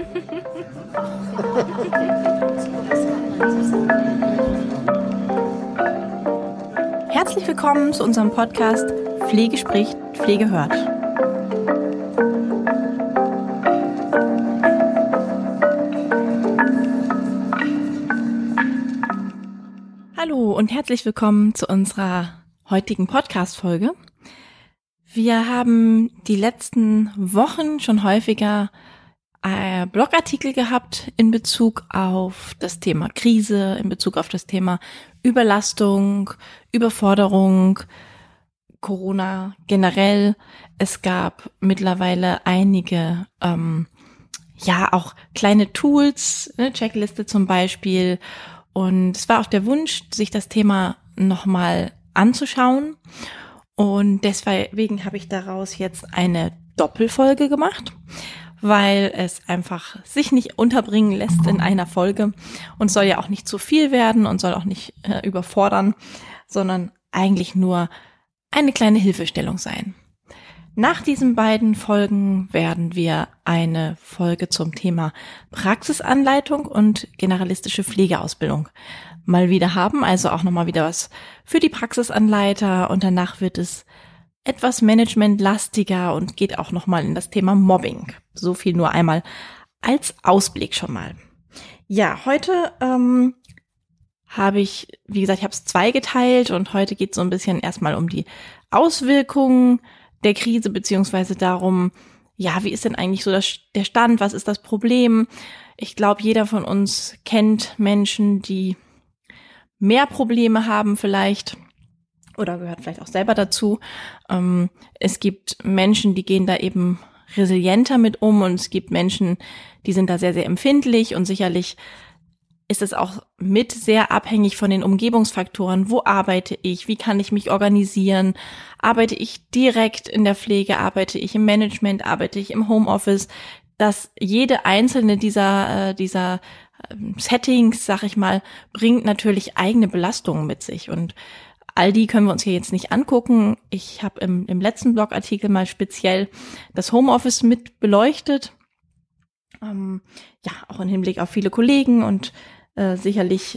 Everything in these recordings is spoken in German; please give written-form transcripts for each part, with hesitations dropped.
Herzlich willkommen zu unserem Podcast Pflege spricht, Pflege hört. Hallo und herzlich willkommen zu unserer heutigen Podcast-Folge. Wir haben die letzten Wochen schon häufiger Blogartikel gehabt in Bezug auf das Thema Krise, in Bezug auf das Thema Überlastung, Überforderung, Corona generell. Es gab mittlerweile einige, auch kleine Tools, eine Checkliste zum Beispiel. Und es war auch der Wunsch, sich das Thema nochmal anzuschauen. Und deswegen habe ich daraus jetzt eine Doppelfolge gemacht, weil es einfach sich nicht unterbringen lässt in einer Folge und soll ja auch nicht zu viel werden und soll auch nicht überfordern, sondern eigentlich nur eine kleine Hilfestellung sein. Nach diesen beiden Folgen werden wir eine Folge zum Thema Praxisanleitung und generalistische Pflegeausbildung mal wieder haben, also auch nochmal wieder was für die Praxisanleiter, und danach wird es etwas managementlastiger und geht auch nochmal in das Thema Mobbing. So viel nur einmal als Ausblick schon mal. Ja, heute habe ich, wie gesagt, ich habe es zweigeteilt und heute geht es so ein bisschen erstmal um die Auswirkungen der Krise, beziehungsweise darum, ja, wie ist denn eigentlich so der Stand, was ist das Problem? Ich glaube, jeder von uns kennt Menschen, die mehr Probleme haben vielleicht oder gehört vielleicht auch selber dazu. Es gibt Menschen, die gehen da eben resilienter mit um, und es gibt Menschen, die sind da sehr, sehr empfindlich, und sicherlich ist es auch mit sehr abhängig von den Umgebungsfaktoren. Wo arbeite ich? Wie kann ich mich organisieren? Arbeite ich direkt in der Pflege? Arbeite ich im Management? Arbeite ich im Homeoffice? Dass jede einzelne dieser Settings, sag ich mal, bringt natürlich eigene Belastungen mit sich. Und all die können wir uns hier jetzt nicht angucken. Ich habe im letzten Blogartikel mal speziell das Homeoffice mit beleuchtet. Auch im Hinblick auf viele Kollegen und sicherlich,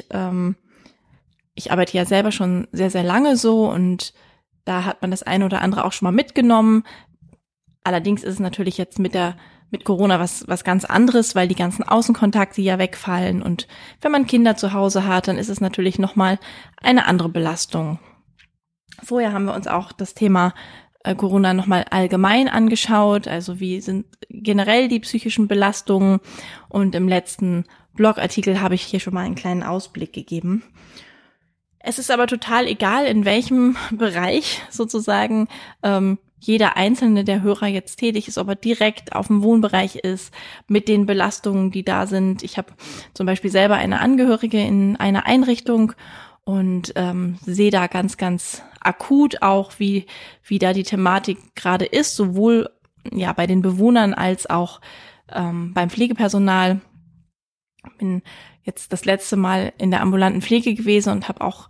ich arbeite ja selber schon sehr, sehr lange so, und da hat man das eine oder andere auch schon mal mitgenommen. Allerdings ist es natürlich jetzt mit Corona was ganz anderes, weil die ganzen Außenkontakte ja wegfallen, und wenn man Kinder zu Hause hat, dann ist es natürlich nochmal eine andere Belastung. Vorher haben wir uns auch das Thema Corona nochmal allgemein angeschaut, also wie sind generell die psychischen Belastungen, und im letzten Blogartikel habe ich hier schon mal einen kleinen Ausblick gegeben. Es ist aber total egal, in welchem Bereich sozusagen jeder einzelne der Hörer jetzt tätig ist, ob er direkt auf dem Wohnbereich ist, mit den Belastungen, die da sind. Ich habe zum Beispiel selber eine Angehörige in einer Einrichtung und sehe da ganz, ganz akut auch, wie da die Thematik gerade ist, sowohl ja bei den Bewohnern als auch beim Pflegepersonal. Bin jetzt das letzte Mal in der ambulanten Pflege gewesen und habe auch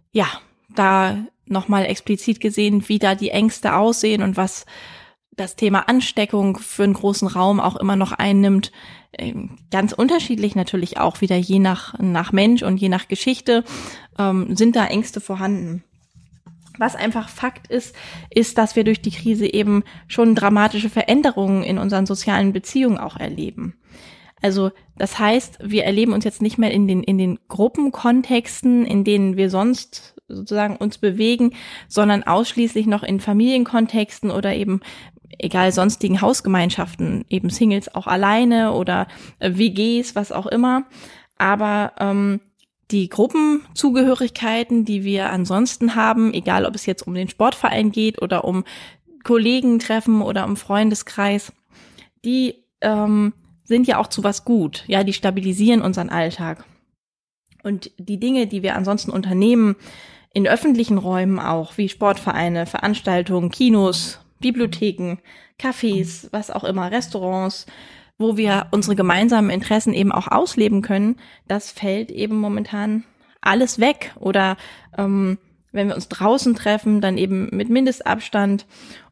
da nochmal explizit gesehen, wie da die Ängste aussehen und was das Thema Ansteckung für einen großen Raum auch immer noch einnimmt. Ganz unterschiedlich natürlich auch wieder, je nach Mensch und je nach Geschichte sind da Ängste vorhanden. Was einfach Fakt ist, dass wir durch die Krise eben schon dramatische Veränderungen in unseren sozialen Beziehungen auch erleben. Also das heißt, wir erleben uns jetzt nicht mehr in den Gruppenkontexten, in denen wir sonst sozusagen uns bewegen, sondern ausschließlich noch in Familienkontexten oder eben egal sonstigen Hausgemeinschaften, eben Singles auch alleine oder WGs, was auch immer. Aber die Gruppenzugehörigkeiten, die wir ansonsten haben, egal ob es jetzt um den Sportverein geht oder um Kollegentreffen oder um Freundeskreis, die sind ja auch zu was gut. Ja, die stabilisieren unseren Alltag. Und die Dinge, die wir ansonsten unternehmen, in öffentlichen Räumen auch, wie Sportvereine, Veranstaltungen, Kinos, Bibliotheken, Cafés, was auch immer, Restaurants, wo wir unsere gemeinsamen Interessen eben auch ausleben können, das fällt eben momentan alles weg. Oder wenn wir uns draußen treffen, dann eben mit Mindestabstand.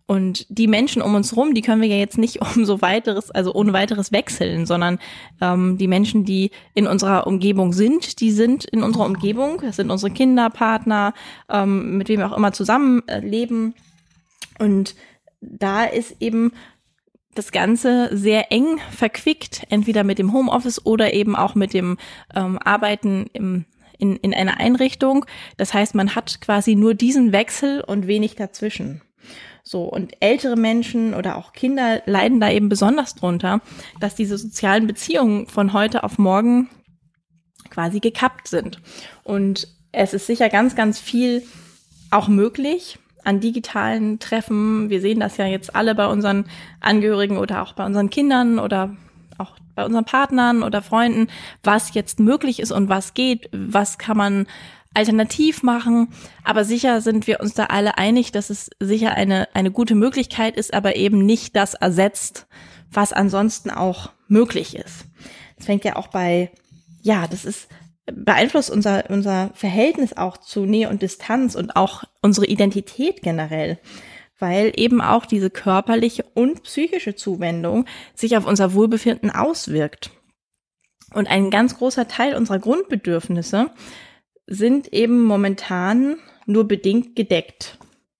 Und die Menschen um uns rum, die können wir ja jetzt nicht ohne weiteres wechseln, sondern die Menschen, die in unserer Umgebung sind, die sind in unserer Umgebung. Das sind unsere Kinder, Partner, mit wem wir auch immer zusammenleben. Und da ist eben das Ganze sehr eng verquickt, entweder mit dem Homeoffice oder eben auch mit dem Arbeiten in einer Einrichtung. Das heißt, man hat quasi nur diesen Wechsel und wenig dazwischen. So, und ältere Menschen oder auch Kinder leiden da eben besonders drunter, dass diese sozialen Beziehungen von heute auf morgen quasi gekappt sind. Und es ist sicher ganz, ganz viel auch möglich an digitalen Treffen. Wir sehen das ja jetzt alle bei unseren Angehörigen oder auch bei unseren Kindern oder auch bei unseren Partnern oder Freunden, was jetzt möglich ist und was geht, was kann man alternativ machen, aber sicher sind wir uns da alle einig, dass es sicher eine gute Möglichkeit ist, aber eben nicht das ersetzt, was ansonsten auch möglich ist. Das fängt ja auch beeinflusst unser Verhältnis auch zu Nähe und Distanz und auch unsere Identität generell, weil eben auch diese körperliche und psychische Zuwendung sich auf unser Wohlbefinden auswirkt. Und ein ganz großer Teil unserer Grundbedürfnisse sind eben momentan nur bedingt gedeckt.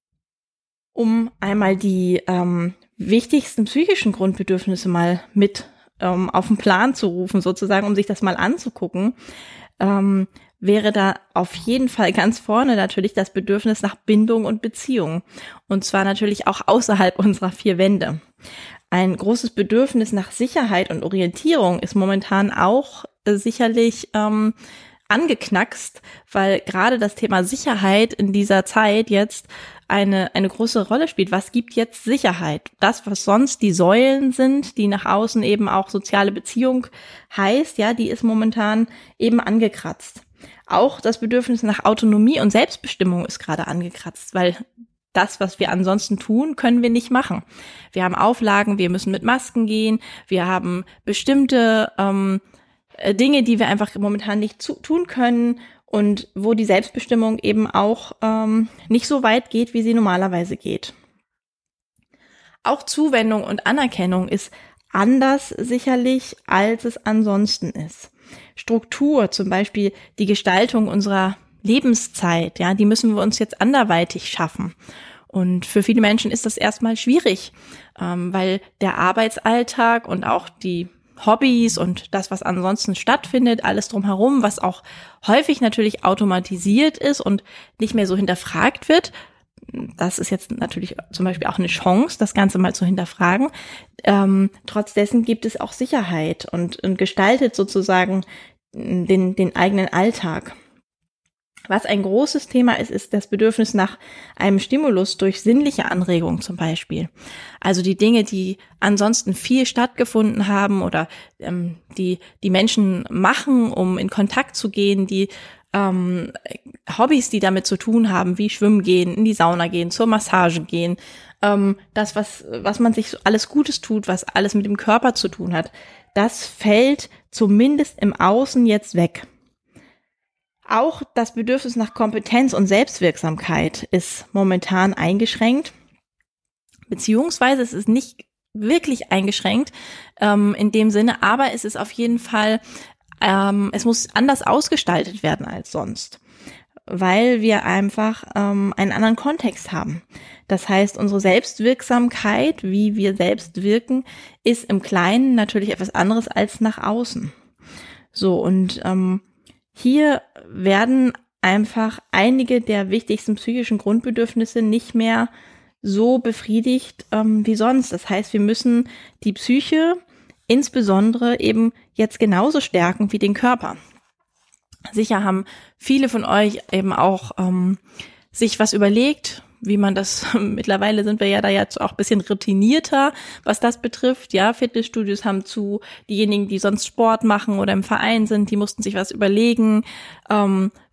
Um einmal die wichtigsten psychischen Grundbedürfnisse mal mit auf den Plan zu rufen, sozusagen, um sich das mal anzugucken, wäre da auf jeden Fall ganz vorne natürlich das Bedürfnis nach Bindung und Beziehung. Und zwar natürlich auch außerhalb unserer vier Wände. Ein großes Bedürfnis nach Sicherheit und Orientierung ist momentan auch sicherlich angeknackst, weil gerade das Thema Sicherheit in dieser Zeit jetzt eine große Rolle spielt. Was gibt jetzt Sicherheit? Das, was sonst die Säulen sind, die nach außen eben auch soziale Beziehung heißt, ja, die ist momentan eben angekratzt. Auch das Bedürfnis nach Autonomie und Selbstbestimmung ist gerade angekratzt, weil das, was wir ansonsten tun, können wir nicht machen. Wir haben Auflagen, wir müssen mit Masken gehen, wir haben bestimmte Dinge, die wir einfach momentan nicht tun können und wo die Selbstbestimmung eben auch nicht so weit geht, wie sie normalerweise geht. Auch Zuwendung und Anerkennung ist anders sicherlich, als es ansonsten ist. Struktur, zum Beispiel die Gestaltung unserer Lebenszeit, ja, die müssen wir uns jetzt anderweitig schaffen. Und für viele Menschen ist das erstmal schwierig, weil der Arbeitsalltag und auch die Hobbys und das, was ansonsten stattfindet, alles drumherum, was auch häufig natürlich automatisiert ist und nicht mehr so hinterfragt wird. Das ist jetzt natürlich zum Beispiel auch eine Chance, das Ganze mal zu hinterfragen. Trotz dessen gibt es auch Sicherheit und gestaltet sozusagen den eigenen Alltag. Was ein großes Thema ist, ist das Bedürfnis nach einem Stimulus durch sinnliche Anregung zum Beispiel. Also die Dinge, die ansonsten viel stattgefunden haben oder die Menschen machen, um in Kontakt zu gehen, die Hobbys, die damit zu tun haben, wie Schwimmen gehen, in die Sauna gehen, zur Massage gehen, das, was man sich alles Gutes tut, was alles mit dem Körper zu tun hat, das fällt zumindest im Außen jetzt weg. Auch das Bedürfnis nach Kompetenz und Selbstwirksamkeit ist momentan eingeschränkt, beziehungsweise es ist nicht wirklich eingeschränkt in dem Sinne, aber es ist auf jeden Fall, es muss anders ausgestaltet werden als sonst, weil wir einfach einen anderen Kontext haben. Das heißt, unsere Selbstwirksamkeit, wie wir selbst wirken, ist im Kleinen natürlich etwas anderes als nach außen. So, und hier werden einfach einige der wichtigsten psychischen Grundbedürfnisse nicht mehr so befriedigt wie sonst. Das heißt, wir müssen die Psyche insbesondere eben jetzt genauso stärken wie den Körper. Sicher haben viele von euch eben auch sich was überlegt, wie man das, mittlerweile sind wir ja da jetzt auch ein bisschen routinierter, was das betrifft. Ja, Fitnessstudios haben zu, diejenigen, die sonst Sport machen oder im Verein sind, die mussten sich was überlegen.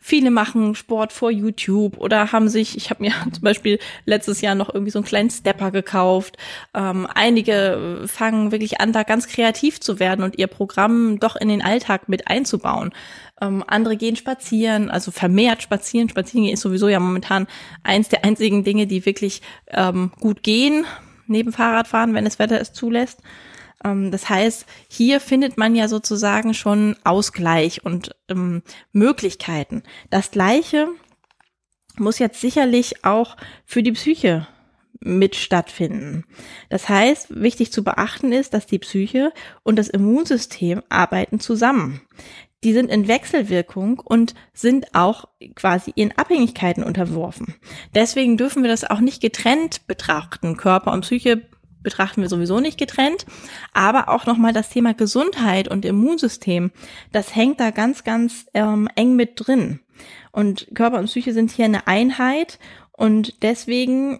Viele machen Sport vor YouTube oder ich habe mir zum Beispiel letztes Jahr noch irgendwie so einen kleinen Stepper gekauft. Einige fangen wirklich an, da ganz kreativ zu werden und ihr Programm doch in den Alltag mit einzubauen. Andere gehen spazieren, also vermehrt spazieren. Spazieren ist sowieso ja momentan eins der einzigen Dinge, die wirklich gut gehen, neben Fahrradfahren, wenn das Wetter es zulässt. Das heißt, hier findet man ja sozusagen schon Ausgleich und Möglichkeiten. Das Gleiche muss jetzt sicherlich auch für die Psyche mit stattfinden. Das heißt, wichtig zu beachten ist, dass die Psyche und das Immunsystem arbeiten zusammen. Die sind in Wechselwirkung und sind auch quasi ihren Abhängigkeiten unterworfen. Deswegen dürfen wir das auch nicht getrennt betrachten. Körper und Psyche betrachten wir sowieso nicht getrennt, aber auch nochmal das Thema Gesundheit und Immunsystem, das hängt da ganz, ganz eng mit drin. Und Körper und Psyche sind hier eine Einheit und deswegen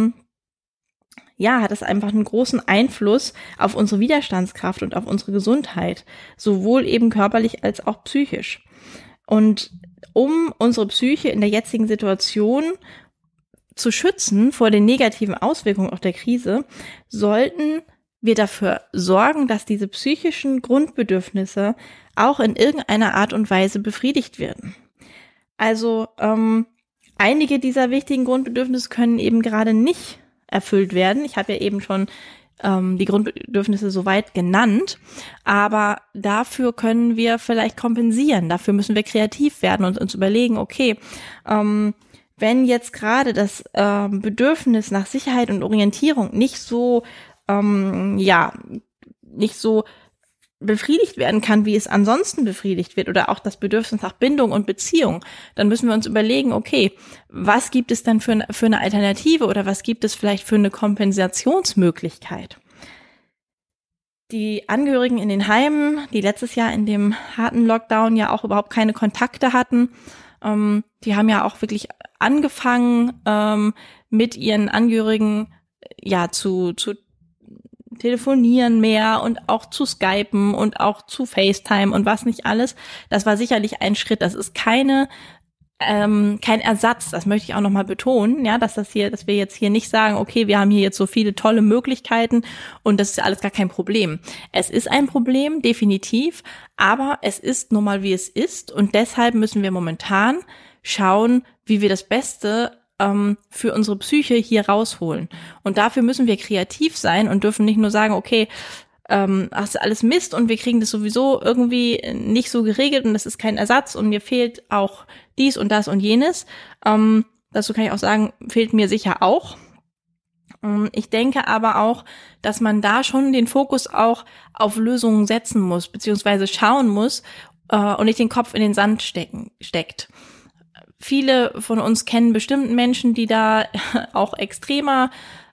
hat es einfach einen großen Einfluss auf unsere Widerstandskraft und auf unsere Gesundheit, sowohl eben körperlich als auch psychisch. Und um unsere Psyche in der jetzigen Situation zu schützen vor den negativen Auswirkungen auch der Krise, sollten wir dafür sorgen, dass diese psychischen Grundbedürfnisse auch in irgendeiner Art und Weise befriedigt werden. Also einige dieser wichtigen Grundbedürfnisse können eben gerade nicht erfüllt werden. Ich habe ja eben schon die Grundbedürfnisse soweit genannt, aber dafür können wir vielleicht kompensieren. Dafür müssen wir kreativ werden und uns überlegen, okay, wenn jetzt gerade das Bedürfnis nach Sicherheit und Orientierung nicht so befriedigt werden kann, wie es ansonsten befriedigt wird, oder auch das Bedürfnis nach Bindung und Beziehung, dann müssen wir uns überlegen, okay, was gibt es dann für eine Alternative oder was gibt es vielleicht für eine Kompensationsmöglichkeit? Die Angehörigen in den Heimen, die letztes Jahr in dem harten Lockdown ja auch überhaupt keine Kontakte hatten, die haben ja auch wirklich angefangen, mit ihren Angehörigen zu telefonieren mehr und auch zu skypen und auch zu FaceTime und was nicht alles. Das war sicherlich ein Schritt. Das ist kein Ersatz. Das möchte ich auch nochmal betonen, ja, dass wir jetzt hier nicht sagen, okay, wir haben hier jetzt so viele tolle Möglichkeiten und das ist alles gar kein Problem. Es ist ein Problem, definitiv, aber es ist nun mal, wie es ist und deshalb müssen wir momentan schauen, wie wir das Beste für unsere Psyche hier rausholen. Und dafür müssen wir kreativ sein und dürfen nicht nur sagen, okay, das ist alles Mist und wir kriegen das sowieso irgendwie nicht so geregelt und das ist kein Ersatz und mir fehlt auch dies und das und jenes. Dazu kann ich auch sagen, fehlt mir sicher auch. Ich denke aber auch, dass man da schon den Fokus auch auf Lösungen setzen muss, beziehungsweise schauen muss und nicht den Kopf in den Sand steckt. Viele von uns kennen bestimmten Menschen, die da auch extremer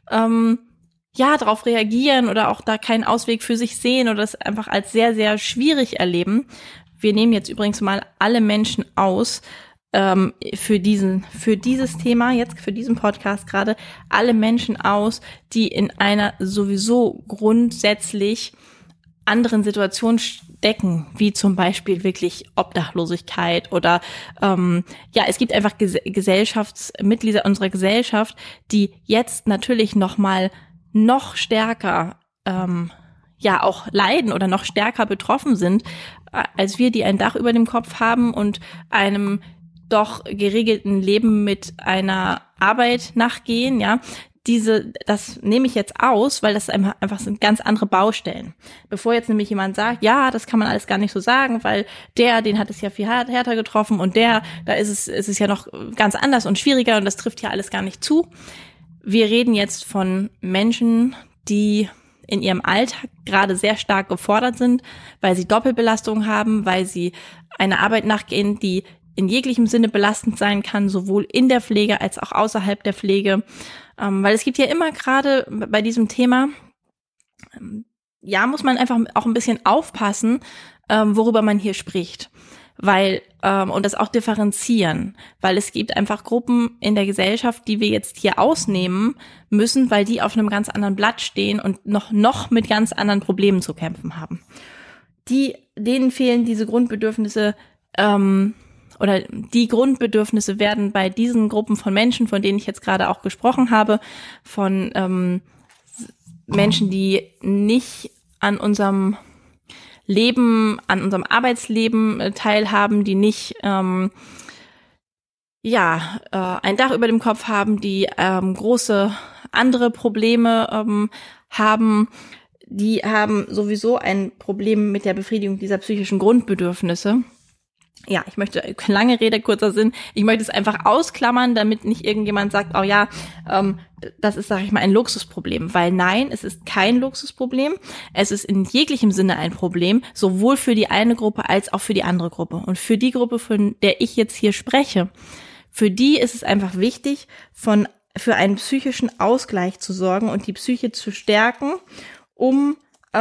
darauf reagieren oder auch da keinen Ausweg für sich sehen oder das einfach als sehr, sehr schwierig erleben. Wir nehmen jetzt übrigens mal alle Menschen aus für dieses Thema, jetzt für diesen Podcast gerade, alle Menschen aus, die in einer sowieso grundsätzlich anderen Situation stecken, wie zum Beispiel wirklich Obdachlosigkeit oder es gibt einfach Gesellschaftsmitglieder unserer Gesellschaft, die jetzt natürlich noch stärker auch leiden oder noch stärker betroffen sind, als wir, die ein Dach über dem Kopf haben und einem doch geregelten Leben mit einer Arbeit nachgehen, ja. Das nehme ich jetzt aus, weil das einfach sind ganz andere Baustellen. Bevor jetzt nämlich jemand sagt, ja, das kann man alles gar nicht so sagen, weil den hat es ja viel härter getroffen und da ist es ja noch ganz anders und schwieriger und das trifft ja alles gar nicht zu. Wir reden jetzt von Menschen, die in ihrem Alltag gerade sehr stark gefordert sind, weil sie Doppelbelastung haben, weil sie einer Arbeit nachgehen, die in jeglichem Sinne belastend sein kann, sowohl in der Pflege als auch außerhalb der Pflege. Weil es gibt ja immer gerade bei diesem Thema, muss man einfach auch ein bisschen aufpassen, worüber man hier spricht. Und das auch differenzieren, weil es gibt einfach Gruppen in der Gesellschaft, die wir jetzt hier ausnehmen müssen, weil die auf einem ganz anderen Blatt stehen und noch mit ganz anderen Problemen zu kämpfen haben. Denen fehlen diese Grundbedürfnisse oder die Grundbedürfnisse werden bei diesen Gruppen von Menschen, von denen ich jetzt gerade auch gesprochen habe, von Menschen, die nicht an unserem Leben, an unserem Arbeitsleben teilhaben, die nicht ein Dach über dem Kopf haben, die große andere Probleme haben, die haben sowieso ein Problem mit der Befriedigung dieser psychischen Grundbedürfnisse. Ja, ich möchte, lange Rede, kurzer Sinn, ich möchte es einfach ausklammern, damit nicht irgendjemand sagt, oh ja, das ist, sag ich mal, ein Luxusproblem. Weil nein, es ist kein Luxusproblem. Es ist in jeglichem Sinne ein Problem, sowohl für die eine Gruppe als auch für die andere Gruppe. Und für die Gruppe, von der ich jetzt hier spreche, für die ist es einfach wichtig, für einen psychischen Ausgleich zu sorgen und die Psyche zu stärken, um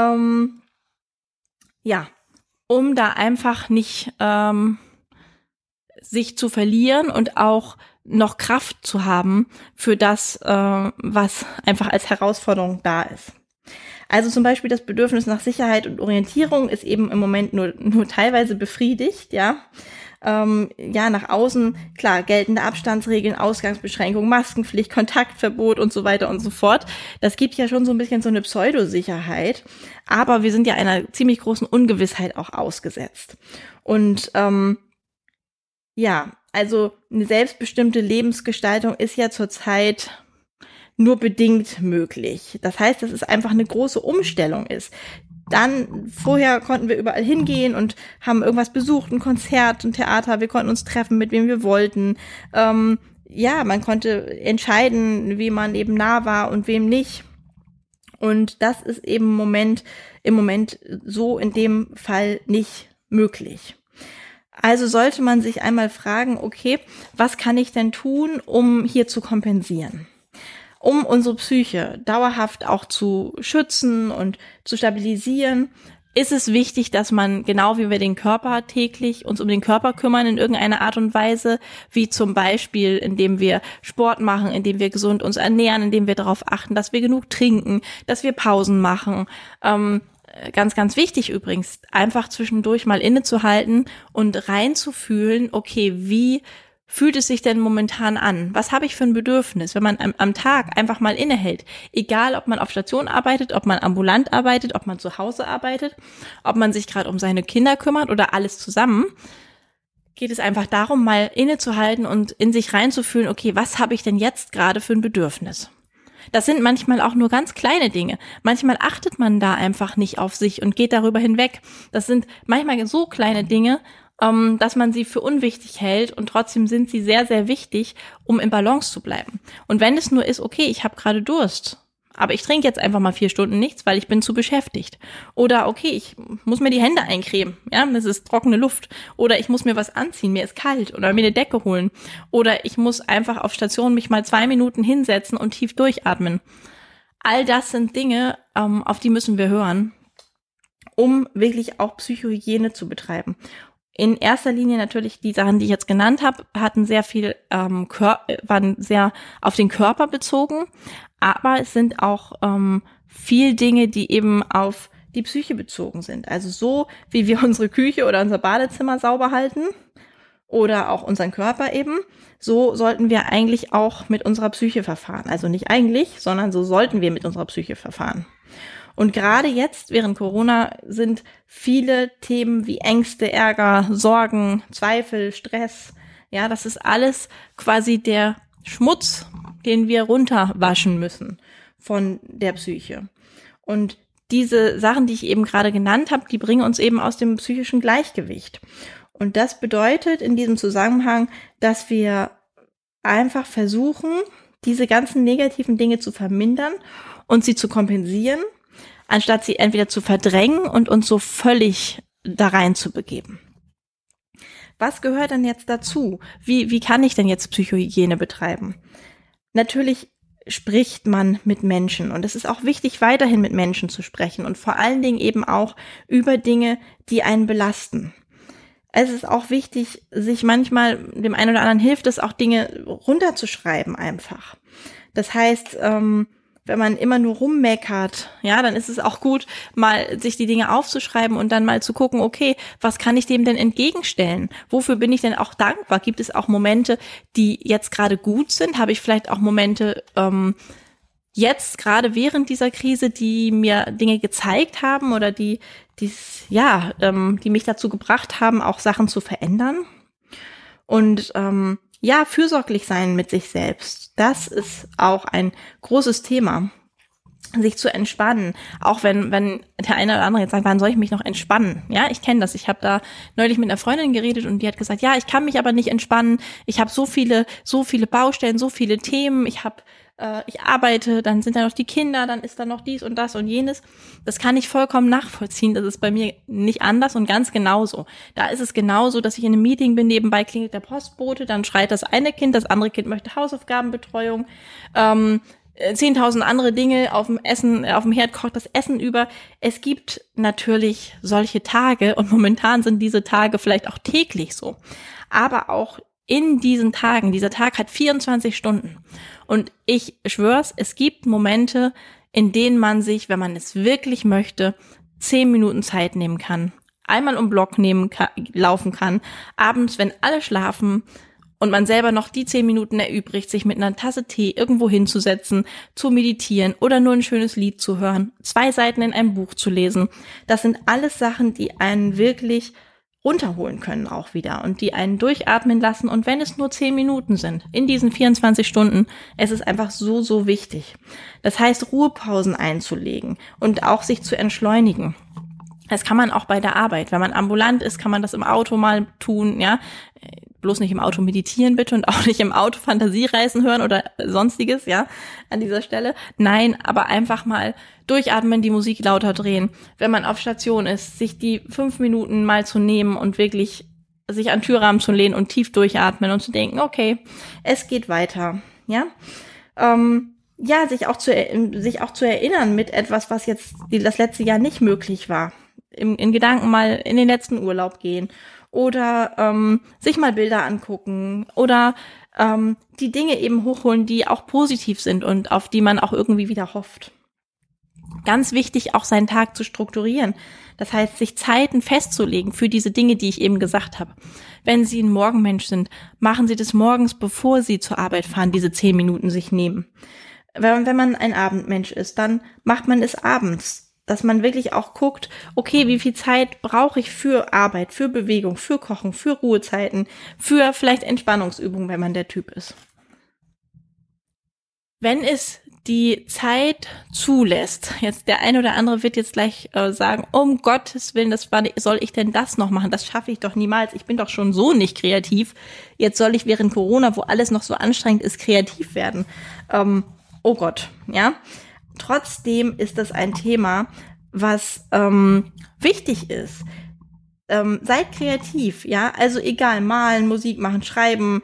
da einfach nicht sich zu verlieren und auch noch Kraft zu haben für das, was einfach als Herausforderung da ist. Also zum Beispiel das Bedürfnis nach Sicherheit und Orientierung ist eben im Moment nur teilweise befriedigt, ja. Nach außen, klar, geltende Abstandsregeln, Ausgangsbeschränkungen, Maskenpflicht, Kontaktverbot und so weiter und so fort. Das gibt ja schon so ein bisschen so eine Pseudosicherheit, aber wir sind ja einer ziemlich großen Ungewissheit auch ausgesetzt. Und also eine selbstbestimmte Lebensgestaltung ist ja zurzeit nur bedingt möglich. Das heißt, dass es einfach eine große Umstellung ist. Dann, vorher konnten wir überall hingehen und haben irgendwas besucht, ein Konzert, ein Theater, wir konnten uns treffen, mit wem wir wollten. Man konnte entscheiden, wem man eben nah war und wem nicht. Und das ist eben im Moment so in dem Fall nicht möglich. Also sollte man sich einmal fragen, okay, was kann ich denn tun, um hier zu kompensieren? Um unsere Psyche dauerhaft auch zu schützen und zu stabilisieren, ist es wichtig, dass man, genau wie wir den Körper täglich uns um den Körper kümmern in irgendeiner Art und Weise, wie zum Beispiel, indem wir Sport machen, indem wir gesund uns ernähren, indem wir darauf achten, dass wir genug trinken, dass wir Pausen machen. Ganz, ganz wichtig übrigens, einfach zwischendurch mal innezuhalten und reinzufühlen, okay, wie fühlt es sich denn momentan an? Was habe ich für ein Bedürfnis, wenn man am Tag einfach mal innehält? Egal, ob man auf Station arbeitet, ob man ambulant arbeitet, ob man zu Hause arbeitet, ob man sich gerade um seine Kinder kümmert oder alles zusammen, geht es einfach darum, mal innezuhalten und in sich reinzufühlen, okay, was habe ich denn jetzt gerade für ein Bedürfnis? Das sind manchmal auch nur ganz kleine Dinge. Manchmal achtet man da einfach nicht auf sich und geht darüber hinweg. Das sind manchmal so kleine Dinge, dass man sie für unwichtig hält und trotzdem sind sie sehr, sehr wichtig, um im Balance zu bleiben. Und wenn es nur ist, okay, ich habe gerade Durst, aber ich trinke jetzt einfach mal 4 Stunden nichts, weil ich bin zu beschäftigt. Oder okay, ich muss mir die Hände eincremen, ja, das ist trockene Luft. Oder ich muss mir was anziehen, mir ist kalt. Oder mir eine Decke holen. Oder ich muss einfach auf Station mich mal 2 Minuten hinsetzen und tief durchatmen. All das sind Dinge, auf die müssen wir hören, um wirklich auch Psychohygiene zu betreiben. In erster Linie natürlich die Sachen, die ich jetzt genannt habe, hatten sehr viel, waren sehr auf den Körper bezogen, aber es sind auch viel Dinge, die eben auf die Psyche bezogen sind. Also so, wie wir unsere Küche oder unser Badezimmer sauber halten oder auch unseren Körper eben, so sollten wir eigentlich auch mit unserer Psyche verfahren. Also nicht eigentlich, sondern so sollten wir mit unserer Psyche verfahren. Und gerade jetzt, während Corona, sind viele Themen wie Ängste, Ärger, Sorgen, Zweifel, Stress, ja, das ist alles quasi der Schmutz, den wir runterwaschen müssen von der Psyche. Und diese Sachen, die ich eben gerade genannt habe, die bringen uns eben aus dem psychischen Gleichgewicht. Und das bedeutet in diesem Zusammenhang, dass wir einfach versuchen, diese ganzen negativen Dinge zu vermindern und sie zu kompensieren, anstatt sie entweder zu verdrängen und uns so völlig da rein zu begeben. Was gehört denn jetzt dazu? Wie kann ich denn jetzt Psychohygiene betreiben? Natürlich spricht man mit Menschen und es ist auch wichtig, weiterhin mit Menschen zu sprechen und vor allen Dingen eben auch über Dinge, die einen belasten. Es ist auch wichtig, sich manchmal, dem einen oder anderen hilft es auch, Dinge runterzuschreiben einfach. Das heißt, wenn man immer nur rummeckert, ja, dann ist es auch gut, mal sich die Dinge aufzuschreiben und dann mal zu gucken, okay, was kann ich dem denn entgegenstellen? Wofür bin ich denn auch dankbar? Gibt es auch Momente, die jetzt gerade gut sind? Habe ich vielleicht auch Momente jetzt gerade während dieser Krise, die mir Dinge gezeigt haben oder die mich dazu gebracht haben, auch Sachen zu verändern? Und fürsorglich sein mit sich selbst, das ist auch ein großes Thema. Sich zu entspannen, auch wenn der eine oder andere jetzt sagt, wann soll ich mich noch entspannen? Ja, ich kenne das. Ich habe da neulich mit einer Freundin geredet und die hat gesagt, ja, ich kann mich aber nicht entspannen. Ich habe so viele Baustellen, so viele Themen. Ich arbeite, dann sind da noch die Kinder, dann ist da noch dies und das und jenes. Das kann ich vollkommen nachvollziehen. Das ist bei mir nicht anders und ganz genauso. Da ist es genauso, dass ich in einem Meeting bin, nebenbei klingelt der Postbote, dann schreit das eine Kind, das andere Kind möchte Hausaufgabenbetreuung, 10.000 andere Dinge auf dem Herd kocht das Essen über. Es gibt natürlich solche Tage und momentan sind diese Tage vielleicht auch täglich so. Aber auch in diesen Tagen, dieser Tag hat 24 Stunden. Und ich schwör's, es gibt Momente, in denen man sich, wenn man es wirklich möchte, 10 Minuten Zeit nehmen kann, einmal um Block laufen kann, abends, wenn alle schlafen und man selber noch die 10 Minuten erübrigt, sich mit einer Tasse Tee irgendwo hinzusetzen, zu meditieren oder nur ein schönes Lied zu hören, 2 Seiten in einem Buch zu lesen. Das sind alles Sachen, die einen wirklich runterholen können auch wieder und die einen durchatmen lassen. Und wenn es nur 10 Minuten sind, in diesen 24 Stunden, es ist einfach so, so wichtig. Das heißt, Ruhepausen einzulegen und auch sich zu entschleunigen. Das kann man auch bei der Arbeit. Wenn man ambulant ist, kann man das im Auto mal tun, ja. Bloß nicht im Auto meditieren bitte und auch nicht im Auto Fantasiereisen hören oder sonstiges, ja, an dieser Stelle. Nein, aber einfach mal durchatmen, die Musik lauter drehen. Wenn man auf Station ist, sich die 5 Minuten mal zu nehmen und wirklich sich an den Türrahmen zu lehnen und tief durchatmen und zu denken, okay, es geht weiter, ja. Sich auch zu erinnern mit etwas, was jetzt das letzte Jahr nicht möglich war. In Gedanken mal in den letzten Urlaub gehen oder sich mal Bilder angucken oder die Dinge eben hochholen, die auch positiv sind und auf die man auch irgendwie wieder hofft. Ganz wichtig, auch seinen Tag zu strukturieren. Das heißt, sich Zeiten festzulegen für diese Dinge, die ich eben gesagt habe. Wenn Sie ein Morgenmensch sind, machen Sie das morgens, bevor Sie zur Arbeit fahren, diese 10 Minuten sich nehmen. Wenn man ein Abendmensch ist, dann macht man es abends, dass man wirklich auch guckt, okay, wie viel Zeit brauche ich für Arbeit, für Bewegung, für Kochen, für Ruhezeiten, für vielleicht Entspannungsübungen, wenn man der Typ ist. Wenn es die Zeit zulässt, jetzt der eine oder andere wird jetzt gleich sagen, um Gottes Willen, soll ich denn das noch machen? Das schaffe ich doch niemals. Ich bin doch schon so nicht kreativ. Jetzt soll ich während Corona, wo alles noch so anstrengend ist, kreativ werden. Oh Gott, ja. Trotzdem ist das ein Thema, was wichtig ist. Seid kreativ, ja. Also egal, malen, Musik machen, schreiben.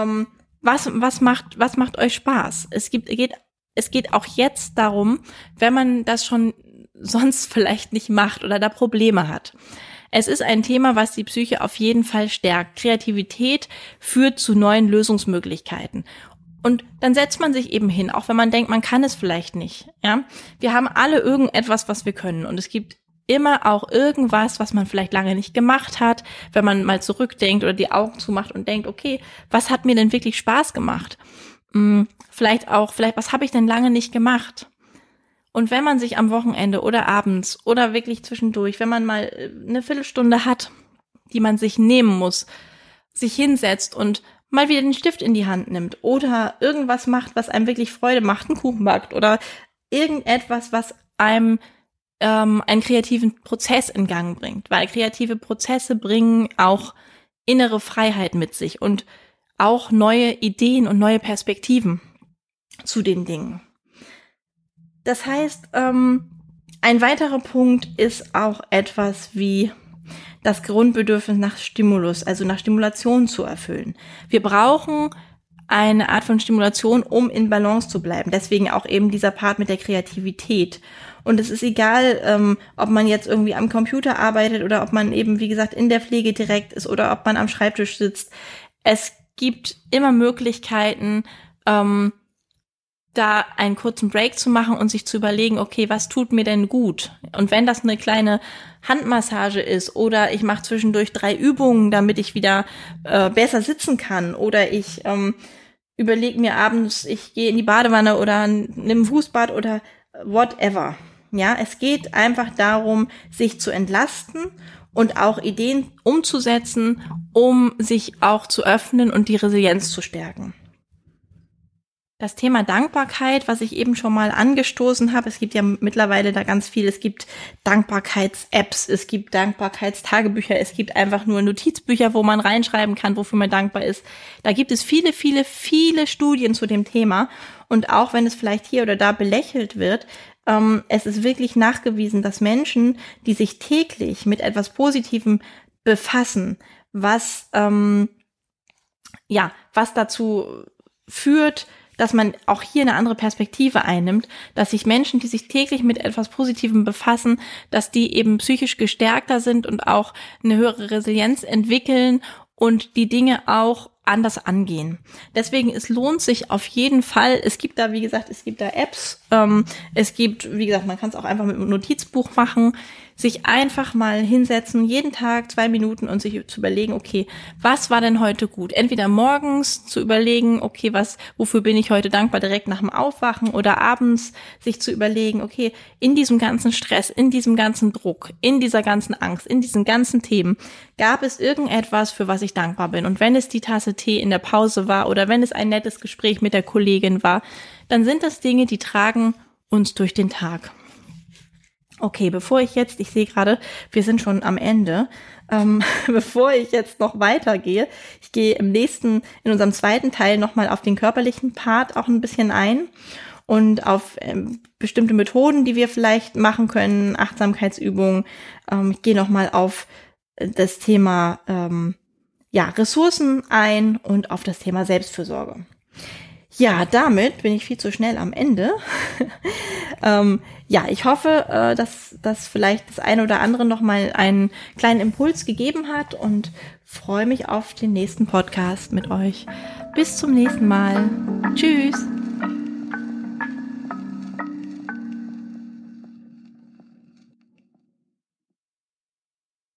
Was macht euch Spaß? Es geht auch jetzt darum, wenn man das schon sonst vielleicht nicht macht oder da Probleme hat. Es ist ein Thema, was die Psyche auf jeden Fall stärkt. Kreativität führt zu neuen Lösungsmöglichkeiten. Und dann setzt man sich eben hin, auch wenn man denkt, man kann es vielleicht nicht. Ja, wir haben alle irgendetwas, was wir können. Und es gibt immer auch irgendwas, was man vielleicht lange nicht gemacht hat, wenn man mal zurückdenkt oder die Augen zumacht und denkt, okay, was hat mir denn wirklich Spaß gemacht? Vielleicht, was habe ich denn lange nicht gemacht? Und wenn man sich am Wochenende oder abends oder wirklich zwischendurch, wenn man mal eine Viertelstunde hat, die man sich nehmen muss, sich hinsetzt und mal wieder den Stift in die Hand nimmt oder irgendwas macht, was einem wirklich Freude macht, einen Kuchen backt oder irgendetwas, was einem einen kreativen Prozess in Gang bringt. Weil kreative Prozesse bringen auch innere Freiheit mit sich und auch neue Ideen und neue Perspektiven zu den Dingen. Das heißt, ein weiterer Punkt ist auch etwas wie das Grundbedürfnis nach Stimulus, also nach Stimulation zu erfüllen. Wir brauchen eine Art von Stimulation, um in Balance zu bleiben. Deswegen auch eben dieser Part mit der Kreativität. Und es ist egal, ob man jetzt irgendwie am Computer arbeitet oder ob man eben, wie gesagt, in der Pflege direkt ist oder ob man am Schreibtisch sitzt. Es gibt immer Möglichkeiten, da einen kurzen Break zu machen und sich zu überlegen, okay, was tut mir denn gut? Und wenn das eine kleine Handmassage ist oder ich mache zwischendurch 3 Übungen, damit ich wieder besser sitzen kann, oder ich überlege mir abends, ich gehe in die Badewanne oder nimm ein Fußbad oder whatever. Ja, es geht einfach darum, sich zu entlasten und auch Ideen umzusetzen, um sich auch zu öffnen und die Resilienz zu stärken. Das Thema Dankbarkeit, was ich eben schon mal angestoßen habe, es gibt ja mittlerweile da ganz viel, es gibt Dankbarkeits-Apps, es gibt Dankbarkeitstagebücher, es gibt einfach nur Notizbücher, wo man reinschreiben kann, wofür man dankbar ist. Da gibt es viele, viele, viele Studien zu dem Thema und auch wenn es vielleicht hier oder da belächelt wird, es ist wirklich nachgewiesen, dass Menschen, die sich täglich mit etwas Positivem befassen, was dazu führt, dass man auch hier eine andere Perspektive einnimmt, dass sich Menschen, die sich täglich mit etwas Positivem befassen, dass die eben psychisch gestärkter sind und auch eine höhere Resilienz entwickeln und die Dinge auch anders angehen. Deswegen, es lohnt sich auf jeden Fall. Es gibt da, wie gesagt, Apps. Es gibt, wie gesagt, man kann es auch einfach mit einem Notizbuch machen. Sich einfach mal hinsetzen, jeden Tag 2 Minuten und sich zu überlegen, okay, was war denn heute gut? Entweder morgens zu überlegen, okay, wofür bin ich heute dankbar, direkt nach dem Aufwachen, oder abends sich zu überlegen, okay, in diesem ganzen Stress, in diesem ganzen Druck, in dieser ganzen Angst, in diesen ganzen Themen, gab es irgendetwas, für was ich dankbar bin? Und wenn es die Tasse Tee in der Pause war oder wenn es ein nettes Gespräch mit der Kollegin war, dann sind das Dinge, die tragen uns durch den Tag. Okay, ich sehe gerade, wir sind schon am Ende, bevor ich jetzt noch weitergehe, ich gehe in unserem zweiten Teil nochmal auf den körperlichen Part auch ein bisschen ein und auf bestimmte Methoden, die wir vielleicht machen können, Achtsamkeitsübungen. Ich gehe nochmal auf das Thema Ressourcen ein und auf das Thema Selbstfürsorge. Ja, damit bin ich viel zu schnell am Ende. Ich hoffe, dass das vielleicht das eine oder andere nochmal einen kleinen Impuls gegeben hat und freue mich auf den nächsten Podcast mit euch. Bis zum nächsten Mal. Tschüss.